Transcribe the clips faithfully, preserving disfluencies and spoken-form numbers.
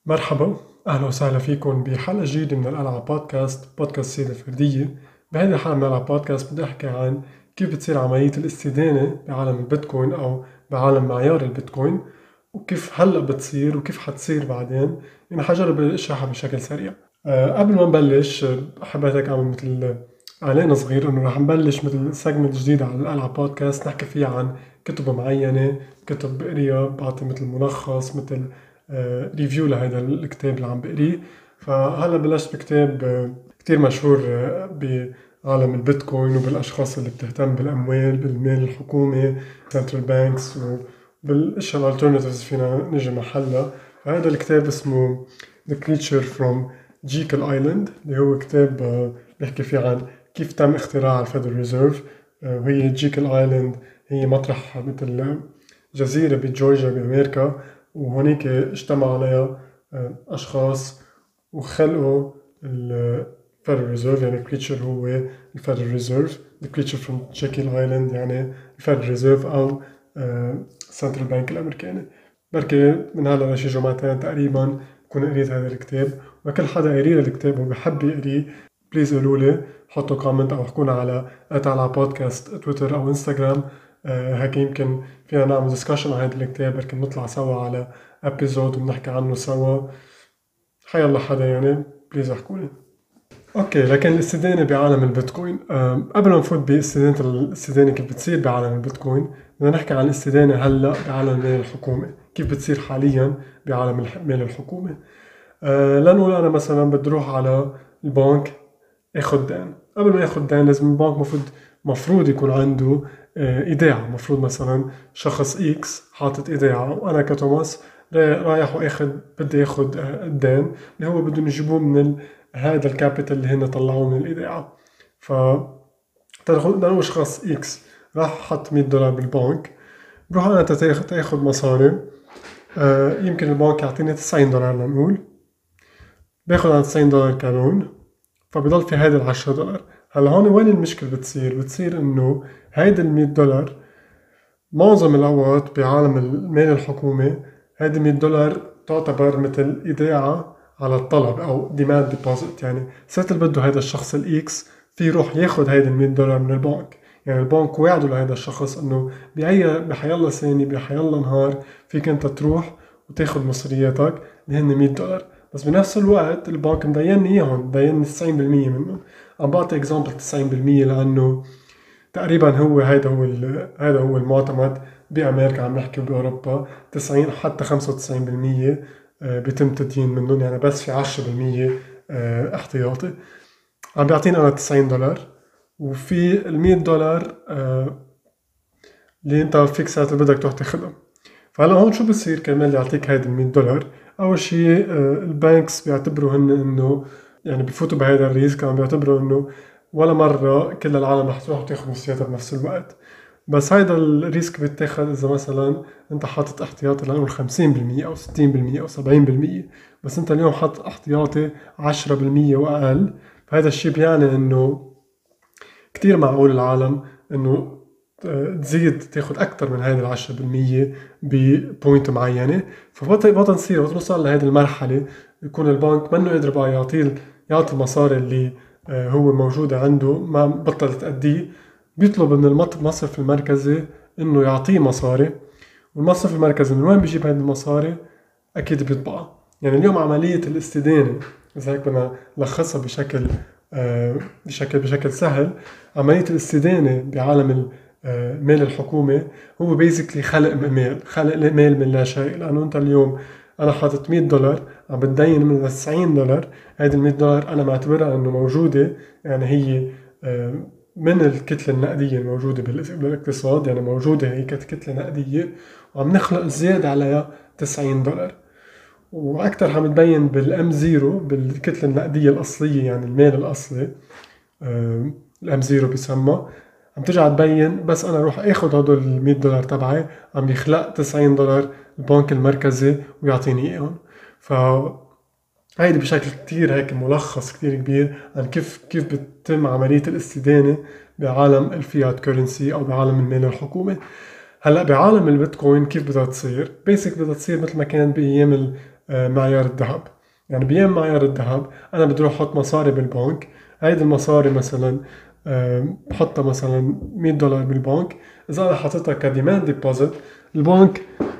مرحبا، أهلا وسهلا فيكم بحلقة جديدة من الألعاب بودكاست بودكاست سيرة الفردية. بهذه الحلقة من الألعاب بودكاست بدي أحكي عن كيف بتصير عملية الاستدانة بعالم البيتكوين أو بعالم معيار البيتكوين، وكيف هلأ بتصير وكيف حتصير بعدين. يعني حجرب أشرحها بشكل سريع. أه قبل ما نبلش أه، حبيت هيك أعمل مثل إعلان صغير إنه رح نبلش مثل سيجمنت جديد على الألعاب بودكاست نحكي فيها عن كتب معينة، كتب بقريها بعطي مثل ملخص، مثل ريفيو لهذا الكتاب اللي عم بقريه. فهلا بلشت بكتاب آه، كتير مشهور آه، بعالم البيتكوين وبالأشخاص اللي بتهتم بالأموال بالمال الحكومي، سنترال بانكس، وبالأشياء الالترناتيفز فينا نجي محلها. فهذا الكتاب اسمه The Creature from Jekyll Island، اللي هو كتاب آه، بيحكي فيه عن كيف تم اختراع الفيدرال ريزيرف. وهي جيكل آيلاند هي مطرح مثل جزيرة بجورجيا بأمريكا، وهونيك اجتمع عليها آه، أشخاص وخلقوا الفيدرال ريزيرف. يعني كريتشر هو الفيدرال ريزيرف، The creature from Jekyll Island يعني الفيدرال ريزيرف أو سنترال بانك الأمريكاني. بركي من هلا لشي جمعتين تقريبا بكون قريت هذا الكتاب، وكل حدا قري الكتاب وبحب يقريه بليز قولوا لي، حطوا كومنت أو احكونا على على بودكاست تويتر أو انستغرام. آه، هيك يمكن فينا نعمل ديسكشن على هذا الكتاب، يمكن نطلع سوا على ابيزود وبنحكي عنه سوا. حيلا حدا يعني بليز احكولي. اوكي، لكن الاستدانة بعالم البيتكوين، أم، قبل ما نفوت باستدانة الاستدانة كيف بتصير بعالم البيتكوين، بدنا نحكي عن الاستدانة هلا بعالم المال الحكومي، كيف بتصير حاليا بعالم الح- المال الحكومي. أه لنقول انا مثلا بدي اروح على البنك اخد دين. قبل ما ياخد دين لازم البنك مفروض مفروض يكون عنده آه، ايداع. مفروض مثلا شخص اكس حاطط ايداعه، وانا كتوماس را- رايح واخد بدي ياخد آه، الدين اللي هو بدهم يجيبوه من ال- هذا الكابيتال اللي هن طلعوه من الايداعه. ف تاخد لو شخص اكس راح حط مية دولار بالبنك، بروح انا تاخد تاخد مصاري. آه، يمكن البنك يعطيني تسعين دولار لنقول، باخد على تسعين دولار كالون، فبضل في هيدا العشرة دولار. هلا هون وين المشكلة بتصير؟ بتصير انه هيدا المية دولار معظم الأوقات بعالم المال الحكومي هيدي مية دولار تعتبر مثل إيداعة على الطلب أو ديماند ديبوزيت. يعني ساعة اللي بده هيدا الشخص الإكس في يروح ياخد هيدي المية دولار من البنك. يعني البنك وعده لهيدا الشخص إنه بأي بحيالله ثانية بحيالله نهار فيك أنت تروح وتاخد مصرياتك اللي هن مية دولار. بس بنفس الوقت البنك مديني إياهم، مديني تسعين بالمية منهم. عم بعطي اكزامبل تسعين بالمية لأنه تقريبا هو هيدا هو ال- هيدا هو المعتمد بأمريكا، عم نحكي بأوروبا تسعين حتى خمسة وتسعين بالمية آه، بيتم تدين منهم. يعني بس في عشرة بالمية آه، احتياطي. عم بيعطيني أنا تسعين دولار، وفي ال مية دولار آه، اللي أنت فيك ساعة اللي بدك تروح تاخدها. فهلا هون شو بصير كرمال يعطيك هيدي ال مية دولار؟ أول شي آه، البانكس بيعتبروا هن إنه يعني بفوتوا بهيدا الريسك، عم بيعتبروا إنه ولا مرة كل العالم رح تروح تاخد مصرياتها بنفس الوقت. بس هيدا الريسك بيتاخد إذا مثلا أنت حاطط احتياطي لنقول خمسين بالمية أو ستين بالمية أو سبعين بالمية، بس أنت اليوم حاطط احتياطي عشرة بالمية وأقل. فهذا الشي بيعني إنه كتير معقول العالم إنه ت- تزيد تاخد أكتر من هيدا العشرة بالمية ببوينت معينة. فبطل بطل نصير بطل نوصل لهيدي المرحلة يكون البنك منه قادر بقى يعطيه يعطي المصاري اللي آه، هو موجودة عنده ما بطلت تأديه. بيطلب من المط- المصرف المركزي إنه يعطيه مصاري، والمصرف المركزي من وين بيجيب هذه المصاري؟ أكيد بيطبعها. يعني اليوم عملية الاستدانة إذا هيك بدنا نلخصها بشكل آه، بشكل بشكل سهل، عملية الاستدانة بعالم ال- آه، المال الحكومي هو بيزيكلي خلق مال، خلق مال من لا شيء. لأنه أنت اليوم أنا حاطط مية دولار عم بتدين من تسعين دولار. هيدي ال مية دولار أنا معتبرها إنه موجودة، يعني هي آه، من الكتلة النقدية الموجودة بالإق- بالاقتصاد، يعني موجودة هي كت- كتلة نقدية وعم نخلق زيادة عليها تسعين دولار. واكثر عم تبين بالام زيرو بالكتله النقديه الاصليه، يعني المال الاصلي. آه، الام زيرو بيسمى. عم ترجع تبين بس انا اروح اخذ هدول ال مية دولار تبعي عم يخلق تسعين دولار البنك المركزي ويعطيني اياهم. ف هيدي بشكل كتير هيك ملخص كتير كبير عن كيف كيف بتتم عملية الاستدانة بعالم الفيات كورنسي أو بعالم المال الحكومي. هلا بعالم البيتكوين كيف بدها تصير؟ بيسك بدها تصير مثل ما كان بأيام معيار الذهب. يعني بأيام معيار الذهب أنا بدي أروح أحط مصاري بالبنك، هيدي المصاري مثلا بحطها مثلا مية دولار بالبنك، إذا أنا حاططها كديماند ديبوزيت البنك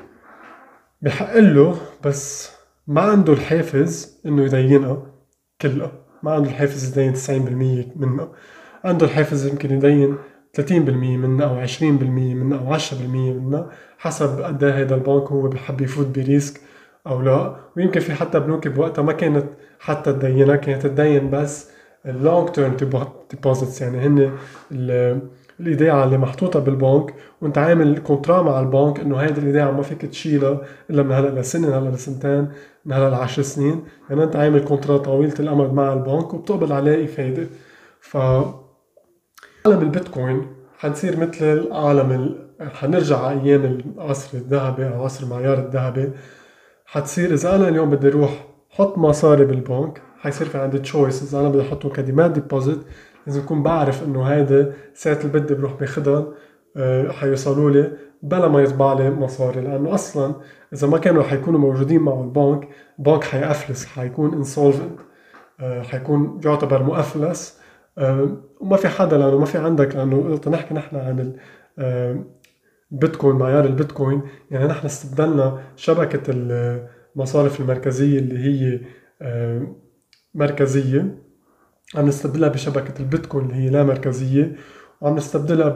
بحق له، بس ما عنده الحافز إنه يدينها كلها، ما عنده الحافز يدين تسعين بالمية منها، عنده الحافز يمكن يدين ثلاثين بالمية منها أو عشرين بالمية منها أو عشرة بالمية منها، حسب قد ايه هيدا البنك هو بحب يفوت بريسك أو لا. ويمكن في حتى بنوك بوقتها ما كانت حتى تدينها، كانت تدين بس اللونج تيرم ديبوزيتس، يعني هن الإيداعة اللي محطوطة بالبنك وانت عامل كونترا مع البنك انه هيدي الإيداعة ما فيك تشيلها الا من هلا لسنة، من هلا لسنتين، من هلا لعشر سنين. يعني انت عامل كونترا طويلة الأمد مع البنك وبتقبض عليه فايدة. ف عالم البيتكوين حنصير مثل عالم ال... حنرجع ايام العصر الذهبي او عصر معيار الذهبي. حتصير اذا انا اليوم بدي اروح حط مصاري بالبنك، حيصير في عندي تشويس. اذا انا بدي احطه كديماند ديبوزيت لازم اكون بعرف انه هيدا ساعة اللي بدي بروح باخدها أه حيوصلوا لي بلا ما يطبع لي مصاري، لانه اصلا اذا ما كانوا حيكونوا موجودين مع البنك البنك حيأفلس، حيكون انسولفنت، أه حيكون يعتبر مؤفلس. أه وما في حدا، لانه ما في عندك، لانه اذا نحكي نحن عن البيتكوين معيار البيتكوين، يعني نحن استبدلنا شبكة المصارف المركزية اللي هي أه مركزية، عم نستبدلها بشبكة البيتكوين اللي هي لا مركزية، وعم نستبدلها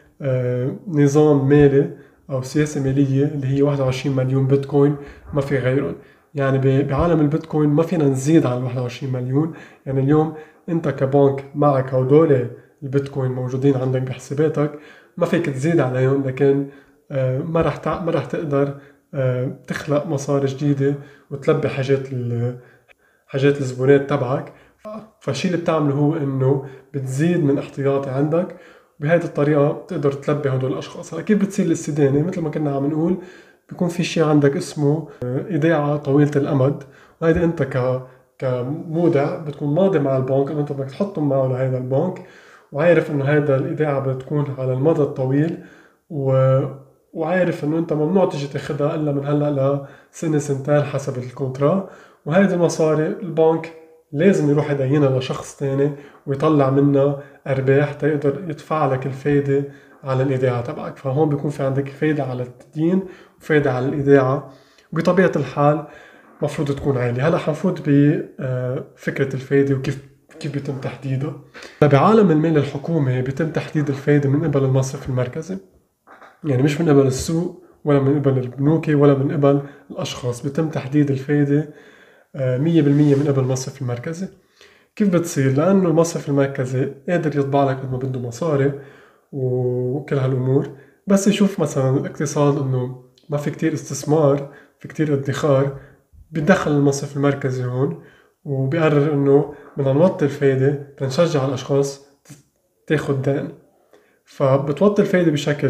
بنظام مالي أو سياسة مالية اللي هي واحد وعشرين مليون بيتكوين، ما في غيرهم. يعني بعالم البيتكوين ما فينا نزيد على واحد وعشرين مليون. يعني اليوم أنت كبنك معك هدول البيتكوين موجودين عندك بحساباتك، ما فيك تزيد عليهم، لكن ما رح ما رح تقدر تخلق مصاري جديدة وتلبي حاجات حاجات الزبونات تبعك. فالشيء اللي بتعمله هو انه بتزيد من احتياطي عندك، بهذه الطريقة بتقدر تلبي هدول الاشخاص. هلا كيف بتصير الاستدانة؟ مثل ما كنا عم نقول، بيكون في شيء عندك اسمه ايداعة طويلة الامد، وهيدا انت ك كمودع بتكون ماضي مع البنك انه انت بدك تحطهم معه لهذا البنك، وعارف انه هذا الايداعة بتكون على المدى الطويل، و... وعارف انه انت ممنوع تيجي تاخدها الا من هلا لسنة سنتين حسب الكونترا. وهيدي المصاري البنك لازم يروح يدينها لشخص تاني ويطلع منها أرباح تقدر يدفع لك الفايدة على الإيداعة تبعك. فهون بيكون في عندك فايدة على التدين وفايدة على الإيداعة، بطبيعة الحال مفروض تكون عالية. هلا حنفوت بفكرة الفايدة وكيف كيف بيتم تحديدها. بعالم المال الحكومي بيتم تحديد الفايدة من قبل المصرف المركزي، يعني مش من قبل السوق ولا من قبل البنوك ولا من قبل الأشخاص، بيتم تحديد الفايدة مية بالمية من قبل المصرف المركزي. كيف بتصير؟ لأنه المصرف المركزي قادر يطبع لك قد ما بده مصاري وكل هالأمور، بس يشوف مثلا الاقتصاد إنه ما في كتير استثمار، في كتير ادخار، بيدخل المصرف المركزي هون وبيقرر إنه بدنا نوطي الفايدة تنشجع الأشخاص تاخد دين. فبتوطي الفايدة بشكل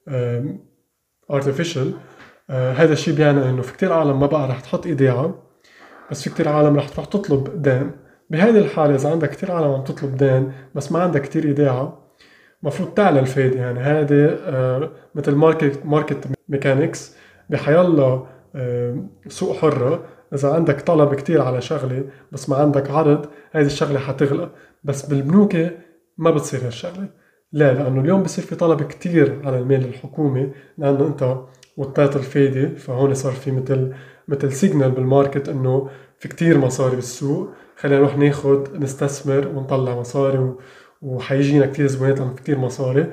artificial. هذا الشيء بيعني إنه في كتير عالم ما بقى رح تحط إيداعة، بس في كتير عالم رح تروح تطلب دين. بهذه الحالة إذا عندك كتير عالم عم تطلب دين بس ما عندك كتير إيداعة، مفروض تعلى الفايدة. يعني هذا آه مثل ماركت ماركت ميكانيكس بحيالله آه سوق حرة. إذا عندك طلب كتير على شغلة بس ما عندك عرض، هذه الشغلة حتغلى. بس بالبنوك ما بتصير هالشغلة. لا، لأنه اليوم بصير في طلب كتير على المال الحكومي، لأنه أنت وطيت الفايدة، فهون صار في مثل مثل سيجنال بالماركت إنه في كتير مصاري بالسوق، خلينا نروح ناخد نستثمر ونطلع مصاري وحيجينا كتير زبونات عم كتير مصاري.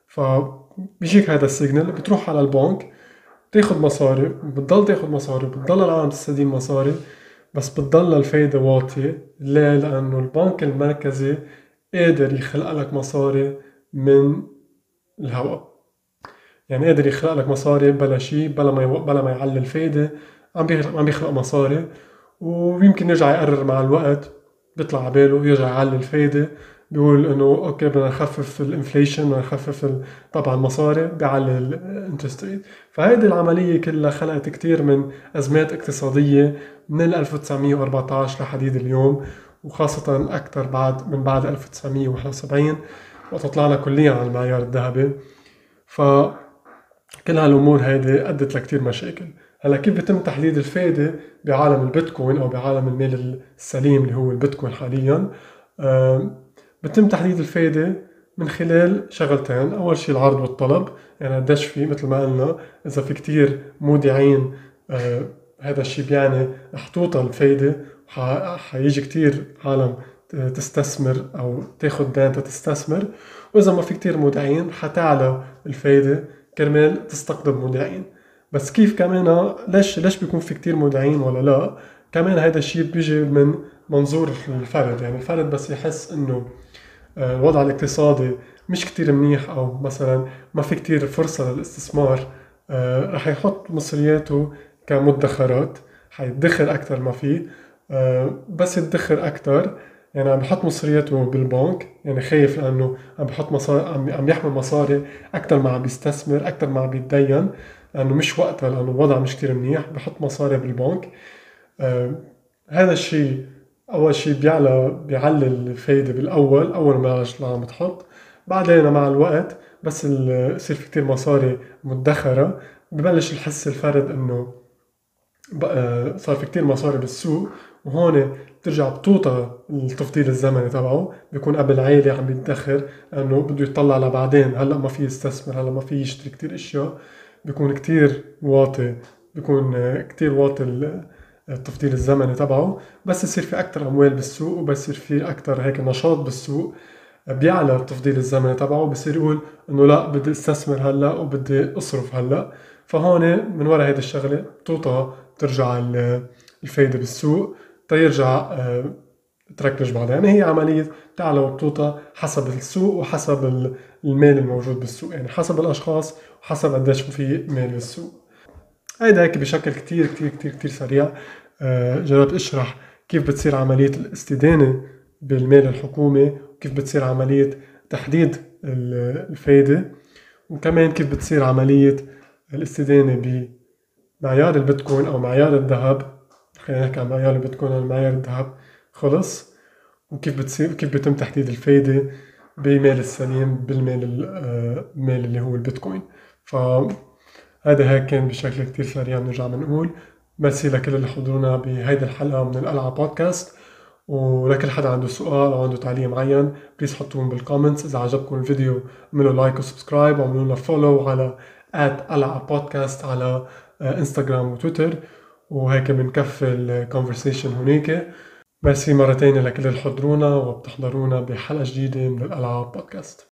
فبيجيك هذا السيجنال، بتروح على البنك تاخد مصاري، بتضل تاخد مصاري، بتضل العالم تستدين مصاري، بس بتضل الفايدة واطية. ليه؟ لأنه البنك المركزي قادر يخلق لك مصاري من الهواء. يعني قادر يخلق لك مصاري بلا شيء، بلا ما بلا ما يعلي الفايدة، عم بيخلق عم بيخلق مصاري. ويمكن يرجع يقرر مع الوقت، بيطلع على باله يرجع يعلي الفايدة، بيقول انه اوكي بدنا نخفف الانفليشن، بدنا نخفف طبعا المصاري، بيعلي الانترست ريت. فهيدي العملية كلها خلقت كتير من ازمات اقتصادية من ألف وتسعمية وأربعة عشر لحديد اليوم، وخاصة أكثر بعد من بعد ألف وتسعمية وواحد وسبعين وقت طلعنا كليا على المعيار الذهبي. فكل هالأمور هيدي أدت لكتير مشاكل. هلا كيف بيتم تحديد الفايدة بعالم البيتكوين أو بعالم المال السليم اللي هو البيتكوين حاليا؟ آه، بيتم تحديد الفايدة من خلال شغلتين. أول شيء العرض والطلب، يعني قديش في، مثل ما قلنا إذا في كتير مودعين آه، هذا الشيء بيعني رح توطى الفايدة، حيجي كتير عالم تستثمر أو تاخد دين تستثمر، وإذا ما في كتير مودعين حتعلى الفايدة كرمال تستقطب مودعين. بس كيف كمان ليش ليش بيكون في كتير مودعين ولا لا؟ كمان هذا الشيء بيجي من منظور الفرد، يعني الفرد بس يحس إنه الوضع الاقتصادي مش كتير منيح أو مثلا ما في كتير فرصة للاستثمار، آه، رح يحط مصرياته كمدخرات، حيدخر أكتر ما فيه. آه، بس يدخر أكتر يعني عم بحط مصرياته بالبنك، يعني خايف لأنه عم بحط مصاري، عم عم يحمل مصاري أكتر ما عم بيستثمر، أكتر ما عم بيتدين، لأنه مش وقتها، لأنه الوضع مش كتير منيح، بحط مصاري بالبنك. آه، هذا الشيء أول شيء بيعلى بيعلي الفايدة بالأول، أول ما عم بتحط. بعدين مع الوقت بس ال- يصير في كتير مصاري مدخرة، ببلش يحس الفرد إنه بقى صار في كتير مصاري بالسوق، وهون بترجع بتوطى التفضيل الزمني تبعه، بيكون قبل عيلة عم يدخر لأنه بده يطلع لبعدين، هلأ ما في يستثمر، هلأ ما في يشتري كتير أشياء، بيكون كتير واطي، بيكون آه، كتير واطي ال- التفضيل الزمني تبعه. بس يصير في أكتر أموال بالسوق وبس يصير في أكتر هيك نشاط بالسوق، بيعلى التفضيل الزمني تبعه، بصير يقول انه لا بدي استثمر هلا وبدي اصرف هلا. فهون من وراء هيدي الشغله بتوطى ترجع ال- الفايده بالسوق تيرجع آه، تركج بعضها. يعني هي عمليه تعلى وبتوطى حسب السوق وحسب ال- المال الموجود بالسوق، يعني حسب الاشخاص وحسب قديش في مال بالسوق. هيدا هيك بشكل كتير كتير كتير كتير سريع آه، جربت اشرح كيف بتصير عملية الاستدانة بالمال الحكومي، وكيف بتصير عملية تحديد ال- الفايدة، وكمان كيف بتصير عملية الاستدانة بمعيار البيتكوين أو معيار الذهب. خلينا نحكي عن معيار البيتكوين أو معيار الذهب خلص، وكيف بتصير كيف بيتم تحديد الفايدة بمال السليم بالمال ال- آه، المال اللي هو البيتكوين. ف هذا هيك كان بشكل كتير سريع بنرجع بنقول ميرسي لكل اللي حضرونا بهيدي الحلقة من القلعة بودكاست. ولكل حدا عنده سؤال أو عنده تعليق معين بليز حطوهم بالكومنتس. إذا عجبكم الفيديو اعملوا لايك وسبسكرايب وعملوا لنا فولو على آت قلعة بودكاست على آه، انستغرام وتويتر، وهيك بنكفي الكونفرسيشن هناك. ميرسي مرة تانية لكل اللي حضرونا وبتحضرونا بحلقة جديدة من القلعة بودكاست.